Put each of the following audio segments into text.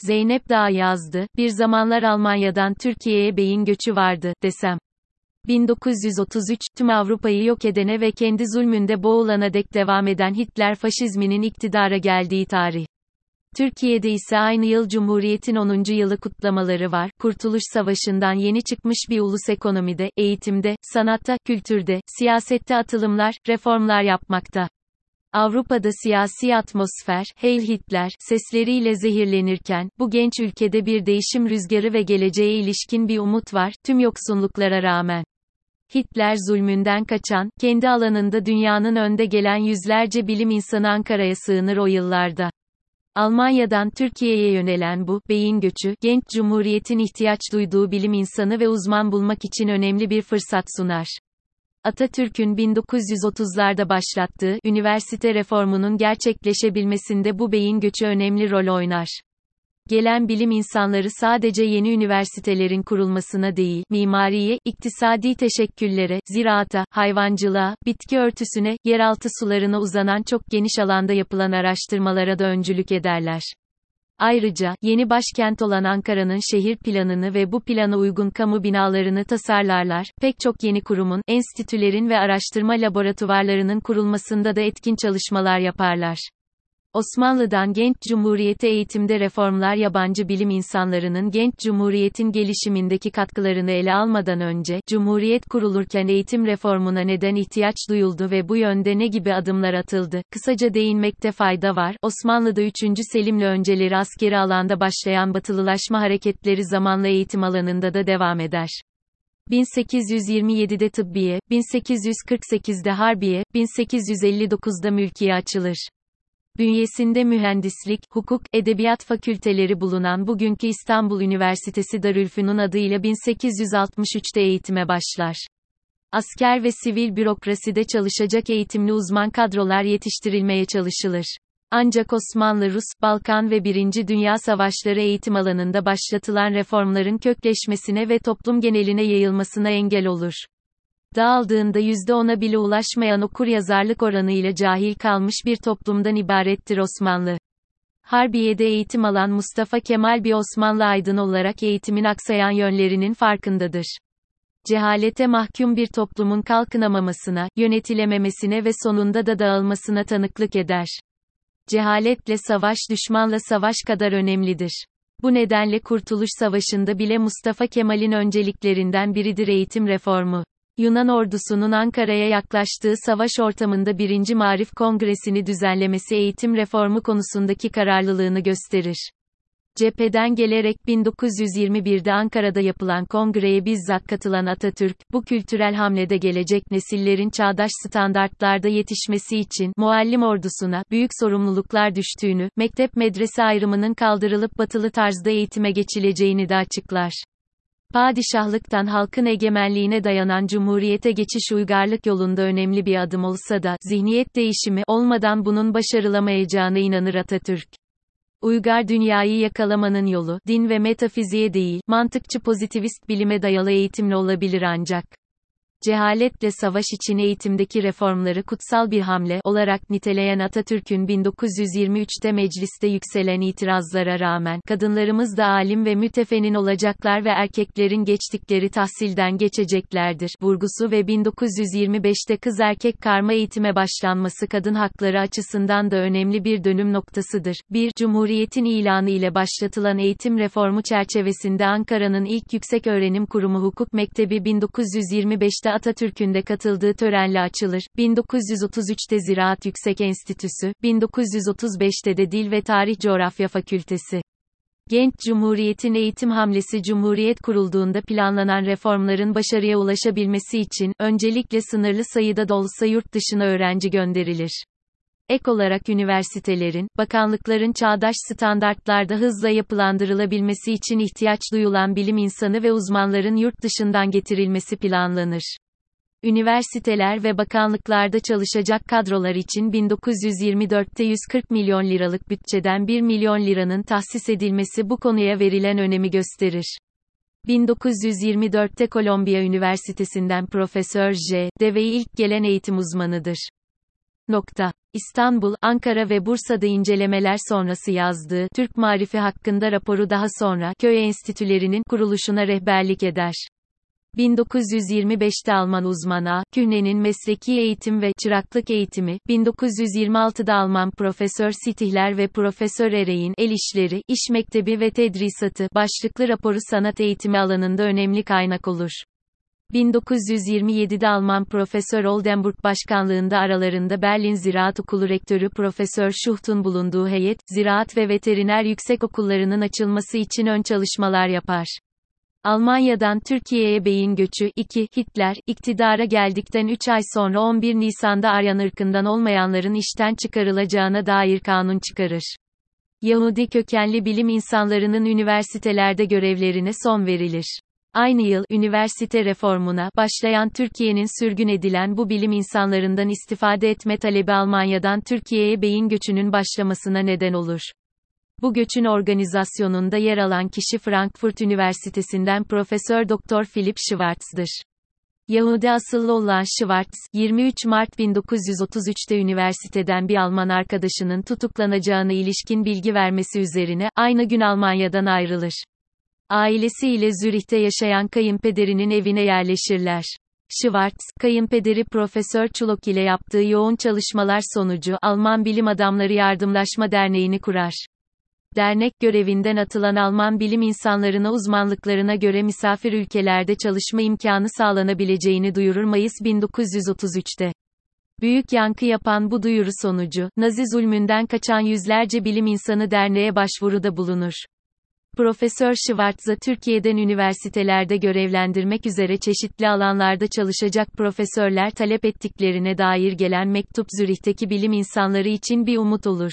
Zeynep Dağ yazdı, bir zamanlar Almanya'dan Türkiye'ye beyin göçü vardı, desem. 1933, tüm Avrupa'yı yok edene ve kendi zulmünde boğulana dek devam eden Hitler faşizminin iktidara geldiği tarih. Türkiye'de ise aynı yıl Cumhuriyet'in 10. yılı kutlamaları var. Kurtuluş Savaşı'ndan yeni çıkmış bir ulus ekonomide, eğitimde, sanatta, kültürde, siyasette atılımlar, reformlar yapmakta. Avrupa'da siyasi atmosfer, Heil Hitler, sesleriyle zehirlenirken, bu genç ülkede bir değişim rüzgarı ve geleceğe ilişkin bir umut var, tüm yoksunluklara rağmen. Hitler zulmünden kaçan, kendi alanında dünyanın önde gelen yüzlerce bilim insanı Ankara'ya sığınır o yıllarda. Almanya'dan Türkiye'ye yönelen bu, beyin göçü, genç cumhuriyetin ihtiyaç duyduğu bilim insanı ve uzman bulmak için önemli bir fırsat sunar. Atatürk'ün 1930'larda başlattığı, üniversite reformunun gerçekleşebilmesinde bu beyin göçü önemli rol oynar. Gelen bilim insanları sadece yeni üniversitelerin kurulmasına değil, mimariye, iktisadi teşekküllere, ziraata, hayvancılığa, bitki örtüsüne, yeraltı sularına uzanan çok geniş alanda yapılan araştırmalara da öncülük ederler. Ayrıca, yeni başkent olan Ankara'nın şehir planını ve bu plana uygun kamu binalarını tasarlarlar, pek çok yeni kurumun, enstitülerin ve araştırma laboratuvarlarının kurulmasında da etkin çalışmalar yaparlar. Osmanlı'dan genç cumhuriyete eğitimde reformlar yabancı bilim insanlarının genç cumhuriyetin gelişimindeki katkılarını ele almadan önce, cumhuriyet kurulurken eğitim reformuna neden ihtiyaç duyuldu ve bu yönde ne gibi adımlar atıldı, kısaca değinmekte fayda var. Osmanlı'da 3. Selim'le önceleri askeri alanda başlayan batılılaşma hareketleri zamanla eğitim alanında da devam eder. 1827'de tıbbiye, 1848'de harbiye, 1859'da mülkiye açılır. Bünyesinde mühendislik, hukuk, edebiyat fakülteleri bulunan bugünkü İstanbul Üniversitesi Darülfünun adıyla 1863'te eğitime başlar. Asker ve sivil bürokraside çalışacak eğitimli uzman kadrolar yetiştirilmeye çalışılır. Ancak Osmanlı, Rus, Balkan ve Birinci Dünya Savaşları eğitim alanında başlatılan reformların kökleşmesine ve toplum geneline yayılmasına engel olur. Dağıldığında %10'a bile ulaşmayan okuryazarlık oranıyla cahil kalmış bir toplumdan ibarettir Osmanlı. Harbiye'de eğitim alan Mustafa Kemal bir Osmanlı aydını olarak eğitimin aksayan yönlerinin farkındadır. Cehalete mahkum bir toplumun kalkınamamasına, yönetilememesine ve sonunda da dağılmasına tanıklık eder. Cehaletle savaş düşmanla savaş kadar önemlidir. Bu nedenle Kurtuluş Savaşı'nda bile Mustafa Kemal'in önceliklerinden biridir eğitim reformu. Yunan ordusunun Ankara'ya yaklaştığı savaş ortamında 1. Maarif Kongresi'ni düzenlemesi eğitim reformu konusundaki kararlılığını gösterir. Cepheden gelerek 1921'de Ankara'da yapılan kongreye bizzat katılan Atatürk, bu kültürel hamlede gelecek nesillerin çağdaş standartlarda yetişmesi için, muallim ordusuna, büyük sorumluluklar düştüğünü, mektep-medrese ayrımının kaldırılıp batılı tarzda eğitime geçileceğini de açıklar. Padişahlıktan halkın egemenliğine dayanan cumhuriyete geçiş uygarlık yolunda önemli bir adım olsa da, zihniyet değişimi olmadan bunun başarılamayacağına inanır Atatürk. Uygar dünyayı yakalamanın yolu, din ve metafiziğe değil, mantıkçı pozitivist bilime dayalı eğitimle olabilir ancak. Cehaletle savaş için eğitimdeki reformları kutsal bir hamle olarak niteleyen Atatürk'ün 1923'te mecliste yükselen itirazlara rağmen, kadınlarımız da alim ve mütefennin olacaklar ve erkeklerin geçtikleri tahsilden geçeceklerdir vurgusu ve 1925'te kız erkek karma eğitime başlanması kadın hakları açısından da önemli bir dönüm noktasıdır. Cumhuriyetin ilanı ile başlatılan eğitim reformu çerçevesinde Ankara'nın ilk yükseköğrenim kurumu Hukuk Mektebi 1925'te Atatürk'ün de katıldığı törenle açılır. 1933'te Ziraat Yüksek Enstitüsü, 1935'te de Dil ve Tarih Coğrafya Fakültesi. Genç Cumhuriyet'in eğitim hamlesi Cumhuriyet kurulduğunda planlanan reformların başarıya ulaşabilmesi için, öncelikle sınırlı sayıda da olsa yurt dışına öğrenci gönderilir. Ek olarak üniversitelerin, bakanlıkların çağdaş standartlarda hızla yapılandırılabilmesi için ihtiyaç duyulan bilim insanı ve uzmanların yurt dışından getirilmesi planlanır. Üniversiteler ve bakanlıklarda çalışacak kadrolar için 1924'te 140 milyon liralık bütçeden 1 milyon liranın tahsis edilmesi bu konuya verilen önemi gösterir. 1924'te Kolombiya Üniversitesi'nden Profesör J. Dewey ilk gelen eğitim uzmanıdır. İstanbul, Ankara ve Bursa'da incelemeler sonrası yazdığı Türk Marifi hakkında raporu daha sonra köy enstitülerinin kuruluşuna rehberlik eder. 1925'te Alman uzman A. Kühne'nin mesleki eğitim ve çıraklık eğitimi, 1926'da Alman Profesör Stihler ve Profesör Erey'in El İşleri, İş Mektebi ve Tedrisatı başlıklı raporu sanat eğitimi alanında önemli kaynak olur. 1927'de Alman Profesör Oldenburg başkanlığında aralarında Berlin Ziraat Okulu Rektörü Profesör Schucht'un bulunduğu heyet, ziraat ve veteriner yüksekokullarının açılması için ön çalışmalar yapar. Almanya'dan Türkiye'ye beyin göçü. 2. Hitler, iktidara geldikten 3 ay sonra 11 Nisan'da Aryan ırkından olmayanların işten çıkarılacağına dair kanun çıkarır. Yahudi kökenli bilim insanlarının üniversitelerde görevlerine son verilir. Aynı yıl, üniversite reformuna başlayan Türkiye'nin sürgün edilen bu bilim insanlarından istifade etme talebi Almanya'dan Türkiye'ye beyin göçünün başlamasına neden olur. Bu göçün organizasyonunda yer alan kişi Frankfurt Üniversitesi'nden Profesör Doktor Philipp Schwartz'dır. Yahudi asıllı olan Schwartz, 23 Mart 1933'te üniversiteden bir Alman arkadaşının tutuklanacağına ilişkin bilgi vermesi üzerine, aynı gün Almanya'dan ayrılır. Ailesiyle Zürih'te yaşayan kayınpederinin evine yerleşirler. Schwartz, kayınpederi Profesör Çulok ile yaptığı yoğun çalışmalar sonucu Alman Bilim Adamları Yardımlaşma Derneği'ni kurar. Dernek görevinden atılan Alman bilim insanlarına uzmanlıklarına göre misafir ülkelerde çalışma imkanı sağlanabileceğini duyurur Mayıs 1933'te. Büyük yankı yapan bu duyuru sonucu, Nazi zulmünden kaçan yüzlerce bilim insanı derneğe başvuruda bulunur. Profesör Schwartz'a Türkiye'den üniversitelerde görevlendirmek üzere çeşitli alanlarda çalışacak profesörler talep ettiklerine dair gelen mektup Zürih'teki bilim insanları için bir umut olur.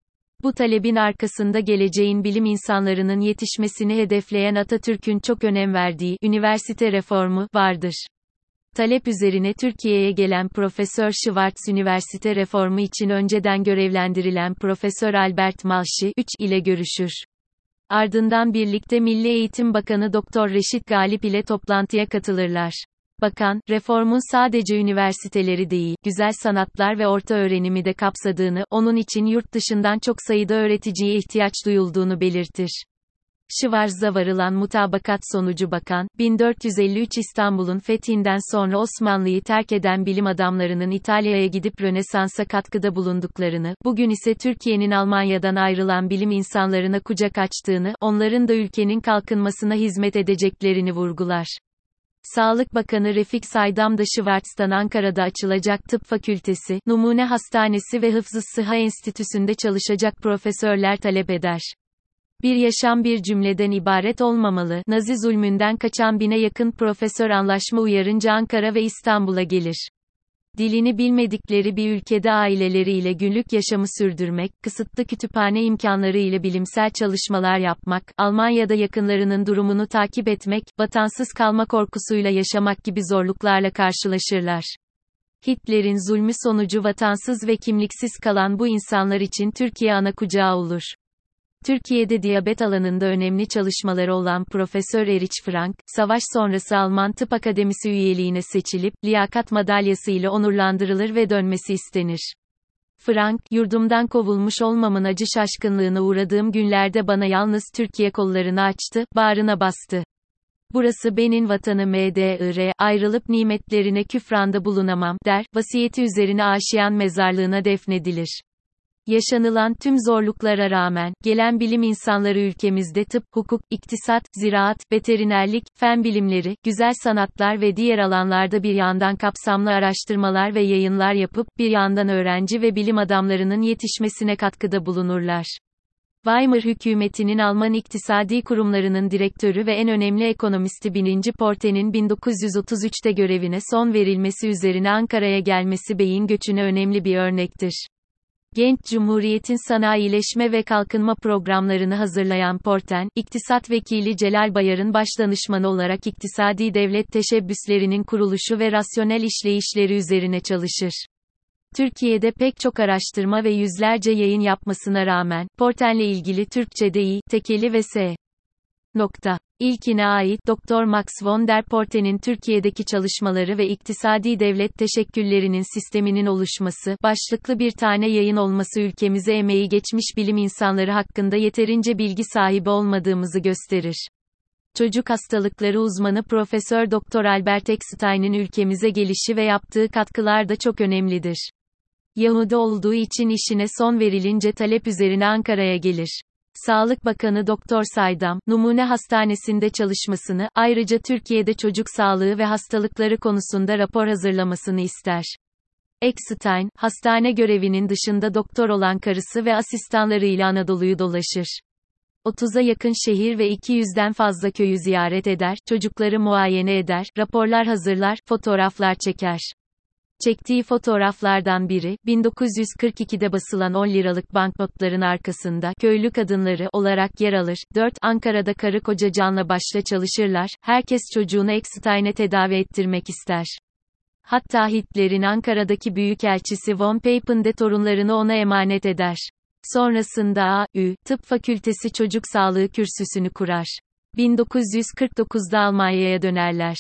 Bu talebin arkasında geleceğin bilim insanlarının yetişmesini hedefleyen Atatürk'ün çok önem verdiği üniversite reformu vardır. Talep üzerine Türkiye'ye gelen Profesör Schwartz üniversite reformu için önceden görevlendirilen Profesör Albert Malşi ile görüşür. Ardından birlikte Milli Eğitim Bakanı Doktor Reşit Galip ile toplantıya katılırlar. Bakan, reformun sadece üniversiteleri değil, güzel sanatlar ve orta öğrenimi de kapsadığını, onun için yurt dışından çok sayıda öğreticiye ihtiyaç duyulduğunu belirtir. Schwartz'a varılan mutabakat sonucu bakan, 1453 İstanbul'un fethinden sonra Osmanlı'yı terk eden bilim adamlarının İtalya'ya gidip Rönesans'a katkıda bulunduklarını, bugün ise Türkiye'nin Almanya'dan ayrılan bilim insanlarına kucak açtığını, onların da ülkenin kalkınmasına hizmet edeceklerini vurgular. Sağlık Bakanı Refik Saydam da Schwartz'tan Ankara'da açılacak tıp fakültesi, numune hastanesi ve Hıfzı Sıha Enstitüsü'nde çalışacak profesörler talep eder. Bir yaşam bir cümleden ibaret olmamalı, Nazi zulmünden kaçan 1000'e yakın profesör anlaşma uyarınca Ankara ve İstanbul'a gelir. Dilini bilmedikleri bir ülkede aileleriyle günlük yaşamı sürdürmek, kısıtlı kütüphane imkanları ile bilimsel çalışmalar yapmak, Almanya'da yakınlarının durumunu takip etmek, vatansız kalma korkusuyla yaşamak gibi zorluklarla karşılaşırlar. Hitler'in zulmü sonucu vatansız ve kimliksiz kalan bu insanlar için Türkiye ana kucağı olur. Türkiye'de diyabet alanında önemli çalışmaları olan Profesör Erich Frank, savaş sonrası Alman Tıp Akademisi üyeliğine seçilip, liyakat madalyası ile onurlandırılır ve dönmesi istenir. Frank, yurdumdan kovulmuş olmamın acı şaşkınlığına uğradığım günlerde bana yalnız Türkiye kollarını açtı, bağrına bastı. Burası benim vatanım mdır, ayrılıp nimetlerine küfranda bulunamam, der, vasiyeti üzerine Aşiyan mezarlığına defnedilir. Yaşanılan tüm zorluklara rağmen, gelen bilim insanları ülkemizde tıp, hukuk, iktisat, ziraat, veterinerlik, fen bilimleri, güzel sanatlar ve diğer alanlarda bir yandan kapsamlı araştırmalar ve yayınlar yapıp, bir yandan öğrenci ve bilim adamlarının yetişmesine katkıda bulunurlar. Weimar hükümetinin Alman iktisadi kurumlarının direktörü ve en önemli ekonomisti 1. Porte'nin 1933'te görevine son verilmesi üzerine Ankara'ya gelmesi beyin göçüne önemli bir örnektir. Genç Cumhuriyet'in sanayileşme ve kalkınma programlarını hazırlayan Porten, İktisat Vekili Celal Bayar'ın başdanışmanı olarak iktisadi devlet teşebbüslerinin kuruluşu ve rasyonel işleyişleri üzerine çalışır. Türkiye'de pek çok araştırma ve yüzlerce yayın yapmasına rağmen, Porten'le ilgili Türkçe'de İ, tekeli ve S. İlkine ait Doktor Max von der Porte'nin Türkiye'deki çalışmaları ve iktisadi devlet teşekküllerinin sisteminin oluşması başlıklı bir tane yayın olması ülkemize emeği geçmiş bilim insanları hakkında yeterince bilgi sahibi olmadığımızı gösterir. Çocuk hastalıkları uzmanı Profesör Doktor Albert Eckstein'in ülkemize gelişi ve yaptığı katkılar da çok önemlidir. Yahudi olduğu için işine son verilince talep üzerine Ankara'ya gelir. Sağlık Bakanı Doktor Saydam, numune hastanesinde çalışmasını, ayrıca Türkiye'de çocuk sağlığı ve hastalıkları konusunda rapor hazırlamasını ister. Eckstein, hastane görevinin dışında doktor olan karısı ve asistanlarıyla Anadolu'yu dolaşır. 30'a yakın şehir ve 200'den fazla köyü ziyaret eder, çocukları muayene eder, raporlar hazırlar, fotoğraflar çeker. Çektiği fotoğraflardan biri, 1942'de basılan 10 liralık banknotların arkasında, köylü kadınları olarak yer alır. 4. Ankara'da karı koca canla başla çalışırlar, herkes çocuğunu Eckstein'e tedavi ettirmek ister. Hatta Hitler'in Ankara'daki büyükelçisi von Papen de torunlarını ona emanet eder. Sonrasında A.Ü. Tıp Fakültesi Çocuk Sağlığı Kürsüsünü kurar. 1949'da Almanya'ya dönerler.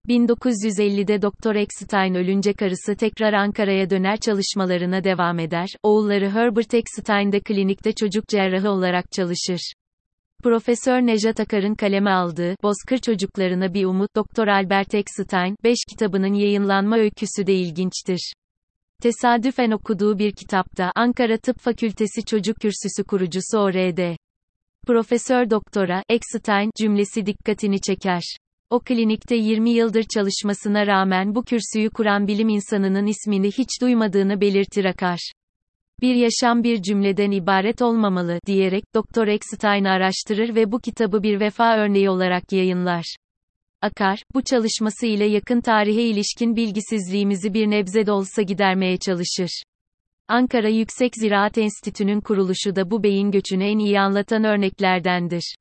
1950'de Doktor Eckstein ölünce karısı tekrar Ankara'ya döner çalışmalarına devam eder. Oğulları Herbert Eckstein de klinikte çocuk cerrahı olarak çalışır. Profesör Nejat Akar'ın kaleme aldığı Bozkır Çocuklarına Bir Umut Doktor Albert Eckstein 5 kitabının yayınlanma öyküsü de ilginçtir. Tesadüfen okuduğu bir kitapta Ankara Tıp Fakültesi Çocuk Kürsüsü kurucusu O.R.D. Profesör Doktora Eckstein cümlesi dikkatini çeker. O klinikte 20 yıldır çalışmasına rağmen bu kürsüyü kuran bilim insanının ismini hiç duymadığını belirtir Akar. Bir yaşam bir cümleden ibaret olmamalı diyerek Doktor Eckstein'i araştırır ve bu kitabı bir vefa örneği olarak yayınlar. Akar, bu çalışması ile yakın tarihe ilişkin bilgisizliğimizi bir nebze de olsa gidermeye çalışır. Ankara Yüksek Ziraat Enstitüsü'nün kuruluşu da bu beyin göçünü en iyi anlatan örneklerdendir.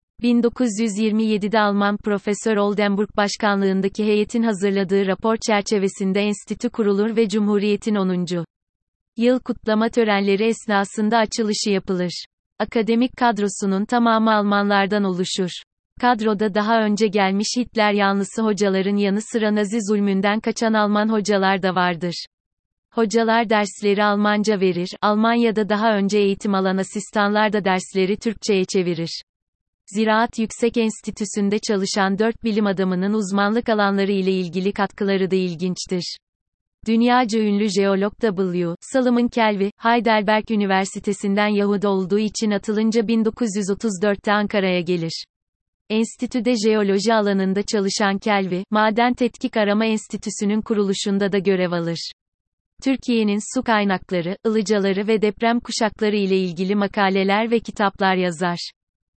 1927'de Alman Profesör Oldenburg başkanlığındaki heyetin hazırladığı rapor çerçevesinde enstitü kurulur ve Cumhuriyet'in 10. yıl kutlama törenleri esnasında açılışı yapılır. Akademik kadrosunun tamamı Almanlardan oluşur. Kadroda daha önce gelmiş Hitler yanlısı hocaların yanı sıra Nazi zulmünden kaçan Alman hocalar da vardır. Hocalar dersleri Almanca verir, Almanya'da daha önce eğitim alan asistanlar da dersleri Türkçe'ye çevirir. Ziraat Yüksek Enstitüsü'nde çalışan 4 bilim adamının uzmanlık alanları ile ilgili katkıları da ilginçtir. Dünyaca ünlü jeolog W. Solomon Kelvin, Heidelberg Üniversitesi'nden Yahudi olduğu için atılınca 1934'te Ankara'ya gelir. Enstitüde jeoloji alanında çalışan Kelvin, Maden Tetkik Arama Enstitüsü'nün kuruluşunda da görev alır. Türkiye'nin su kaynakları, ılıcaları ve deprem kuşakları ile ilgili makaleler ve kitaplar yazar.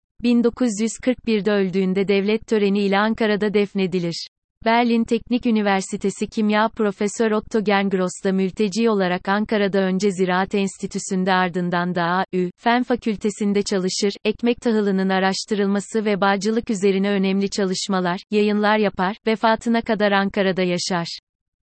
1941'de öldüğünde devlet töreniyle Ankara'da defnedilir. Berlin Teknik Üniversitesi Kimya Profesör Otto Gerngross da mülteci olarak Ankara'da önce Ziraat Enstitüsü'nde ardından da A.Ü. Fen Fakültesi'nde çalışır, ekmek tahılının araştırılması ve bağcılık üzerine önemli çalışmalar, yayınlar yapar, vefatına kadar Ankara'da yaşar.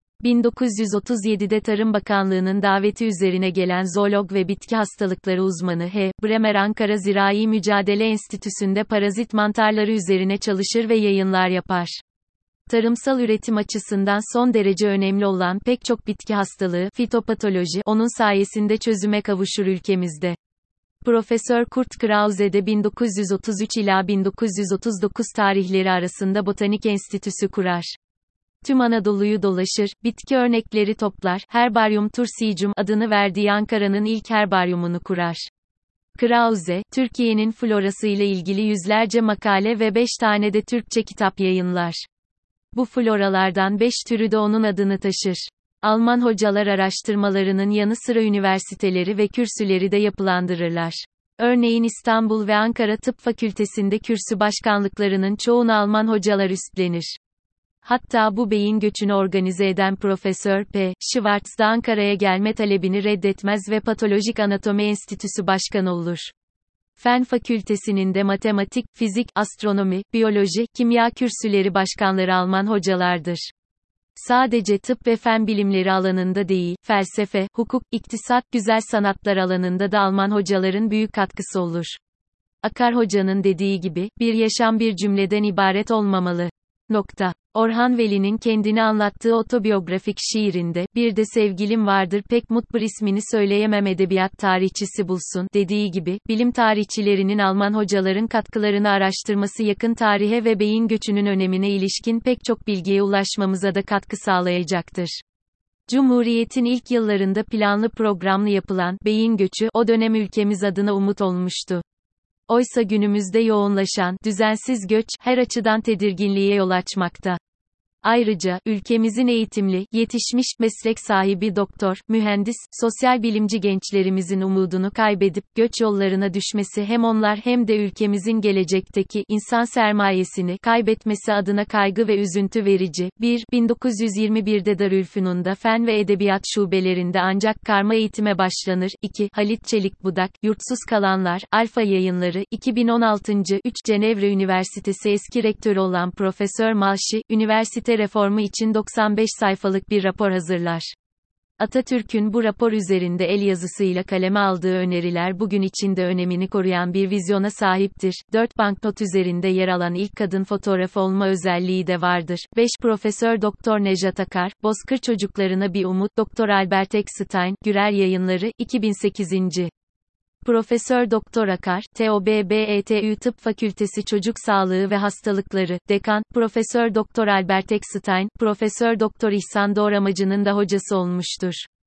1937'de Tarım Bakanlığı'nın daveti üzerine gelen zoolog ve bitki hastalıkları uzmanı H. Bremer Ankara Zirai Mücadele Enstitüsü'nde parazit mantarları üzerine çalışır ve yayınlar yapar. Tarımsal üretim açısından son derece önemli olan pek çok bitki hastalığı, fitopatoloji, onun sayesinde çözüme kavuşur ülkemizde. Profesör Kurt Krause de 1933 ila 1939 tarihleri arasında Botanik Enstitüsü kurar. Tüm Anadolu'yu dolaşır, bitki örnekleri toplar, Herbaryum Turcium adını verdiği Ankara'nın ilk herbaryumunu kurar. Krause, Türkiye'nin florası ile ilgili yüzlerce makale ve 5 tane de Türkçe kitap yayınlar. Bu floralardan 5 türü de onun adını taşır. Alman hocalar araştırmalarının yanı sıra üniversiteleri ve kürsüleri de yapılandırırlar. Örneğin İstanbul ve Ankara Tıp Fakültesi'nde kürsü başkanlıklarının çoğunu Alman hocalar üstlenir. Hatta bu beyin göçünü organize eden Profesör P. Schwartz da Ankara'ya gelme talebini reddetmez ve Patolojik Anatomi Enstitüsü Başkanı olur. Fen Fakültesinin de matematik, fizik, astronomi, biyoloji, kimya kürsüleri başkanları Alman hocalardır. Sadece tıp ve fen bilimleri alanında değil, felsefe, hukuk, iktisat, güzel sanatlar alanında da Alman hocaların büyük katkısı olur. Akar Hoca'nın dediği gibi, bir yaşam bir cümleden ibaret olmamalı. Orhan Veli'nin kendini anlattığı otobiyografik şiirinde, bir de sevgilim vardır pek mutbur ismini söyleyemem edebiyat tarihçisi bulsun, dediği gibi, bilim tarihçilerinin Alman hocaların katkılarını araştırması yakın tarihe ve beyin göçünün önemine ilişkin pek çok bilgiye ulaşmamıza da katkı sağlayacaktır. Cumhuriyet'in ilk yıllarında planlı programlı yapılan beyin göçü, o dönem ülkemiz adına umut olmuştu. Oysa günümüzde yoğunlaşan, düzensiz göç, her açıdan tedirginliğe yol açmakta. Ayrıca, ülkemizin eğitimli, yetişmiş, meslek sahibi doktor, mühendis, sosyal bilimci gençlerimizin umudunu kaybedip, göç yollarına düşmesi hem onlar hem de ülkemizin gelecekteki, insan sermayesini, kaybetmesi adına kaygı ve üzüntü verici. 1921'de Darülfünun'da Fen ve Edebiyat şubelerinde ancak karma eğitime başlanır. 2. Halit Çelikbudak, Yurtsuz Kalanlar, Alfa Yayınları, 2016. 3. Cenevre Üniversitesi eski rektörü olan Profesör Malşi, üniversite reformu için 95 sayfalık bir rapor hazırlar. Atatürk'ün bu rapor üzerinde el yazısıyla kaleme aldığı öneriler bugün için de önemini koruyan bir vizyona sahiptir. 4 banknot üzerinde yer alan ilk kadın fotoğrafı olma özelliği de vardır. 5 Profesör Doktor Nejat Akar, Bozkır Çocuklarına Bir Umut, Doktor Albert Einstein, Gürer Yayınları, 2008. Profesör Doktor Akar, TOBBETÜ Tıp Fakültesi Çocuk Sağlığı ve Hastalıkları, Dekan, Profesör Doktor Albert Einstein, Profesör Doktor İhsan Doğramacı'nın da hocası olmuştur.